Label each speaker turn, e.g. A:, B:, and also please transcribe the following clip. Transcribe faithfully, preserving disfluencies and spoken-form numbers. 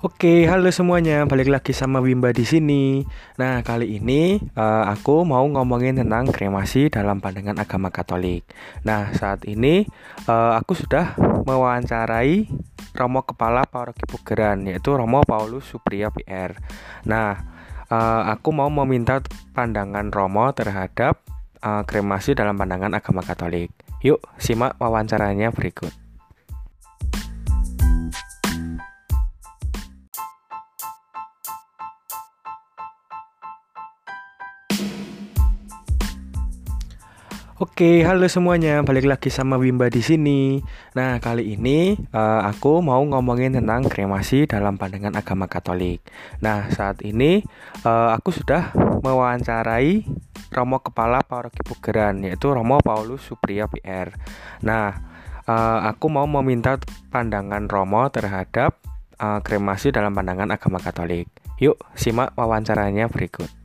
A: Oke, halo semuanya. Balik lagi sama Wimba di sini. Nah, kali ini eh, aku mau ngomongin tentang kremasi dalam pandangan agama Katolik. Nah, saat ini eh, aku sudah mewawancarai Romo Kepala Paroki Pugeran, yaitu Romo Paulus Supriya P R. Nah, eh, aku mau meminta pandangan Romo terhadap eh, kremasi dalam pandangan agama Katolik. Yuk, simak wawancaranya berikut. Oke, halo semuanya. Balik lagi sama Wimba di sini. Nah, kali ini eh, aku mau ngomongin tentang kremasi dalam pandangan agama Katolik. Nah, saat ini eh, aku sudah mewawancarai Romo Kepala Paroki Pugeran, yaitu Romo Paulus Supriya P R. Nah, eh, aku mau meminta pandangan Romo terhadap eh, kremasi dalam pandangan agama Katolik. Yuk, simak wawancaranya berikut.